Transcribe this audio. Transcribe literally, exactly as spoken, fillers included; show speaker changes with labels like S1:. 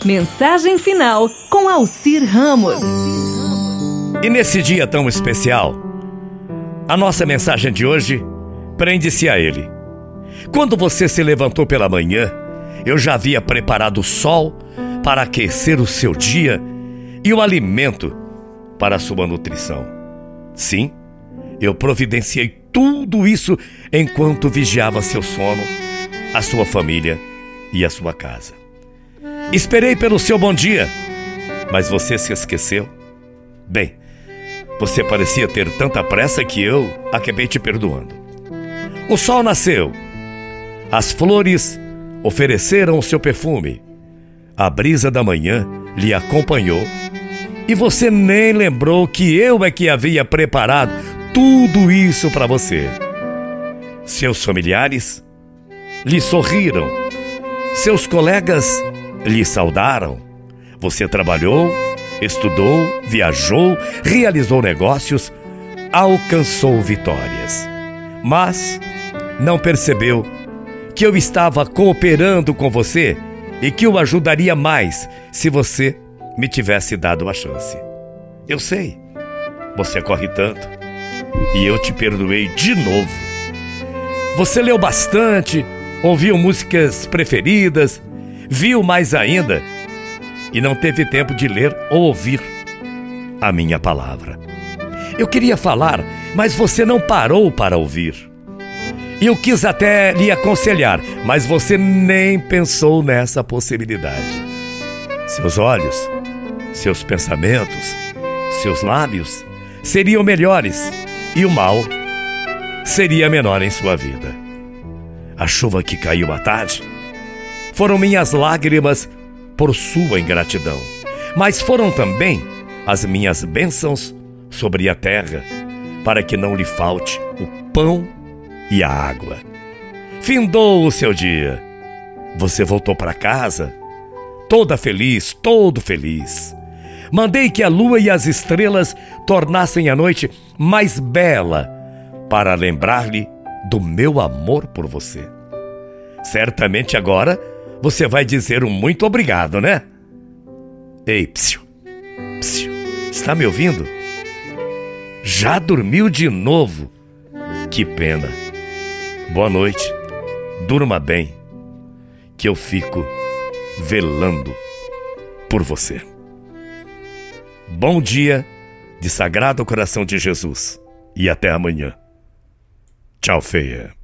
S1: Mensagem final com Alcir Ramos.
S2: E nesse dia tão especial, a nossa mensagem de hoje prende-se a ele. Quando você se levantou pela manhã, eu já havia preparado o sol para aquecer o seu dia e o alimento para a sua nutrição. Sim, eu providenciei tudo isso enquanto vigiava seu sono, a sua família e a sua casa. Esperei pelo seu bom dia, mas você se esqueceu. Bem, você parecia ter tanta pressa que eu acabei te perdoando. O sol nasceu, as flores ofereceram o seu perfume, a brisa da manhã lhe acompanhou e você nem lembrou que eu é que havia preparado tudo isso para você. Seus familiares lhe sorriram, seus colegas lhe saudaram. Você trabalhou, estudou, viajou, realizou negócios, alcançou vitórias. Mas não percebeu que eu estava cooperando com você e que eu ajudaria mais se você me tivesse dado a chance. Eu sei, você corre tanto e eu te perdoei de novo. Você leu bastante, ouviu músicas preferidas, viu mais ainda e não teve tempo de ler ou ouvir a minha palavra. Eu queria falar, mas você não parou para ouvir. Eu quis até lhe aconselhar, mas você nem pensou nessa possibilidade. Seus olhos, seus pensamentos, seus lábios seriam melhores e o mal seria menor em sua vida. A chuva que caiu à tarde foram minhas lágrimas por sua ingratidão, mas foram também as minhas bênçãos sobre a terra, para que não lhe falte o pão e a água. Findou o seu dia. Você voltou para casa, toda feliz, todo feliz. Mandei que a lua e as estrelas tornassem a noite mais bela, para lembrar-lhe do meu amor por você. Certamente agora você vai dizer um muito obrigado, né? Ei, psiu, psiu, está me ouvindo? Já dormiu de novo? Que pena. Boa noite, durma bem, que eu fico velando por você. Bom dia de Sagrado Coração de Jesus e até amanhã. Tchau, feia.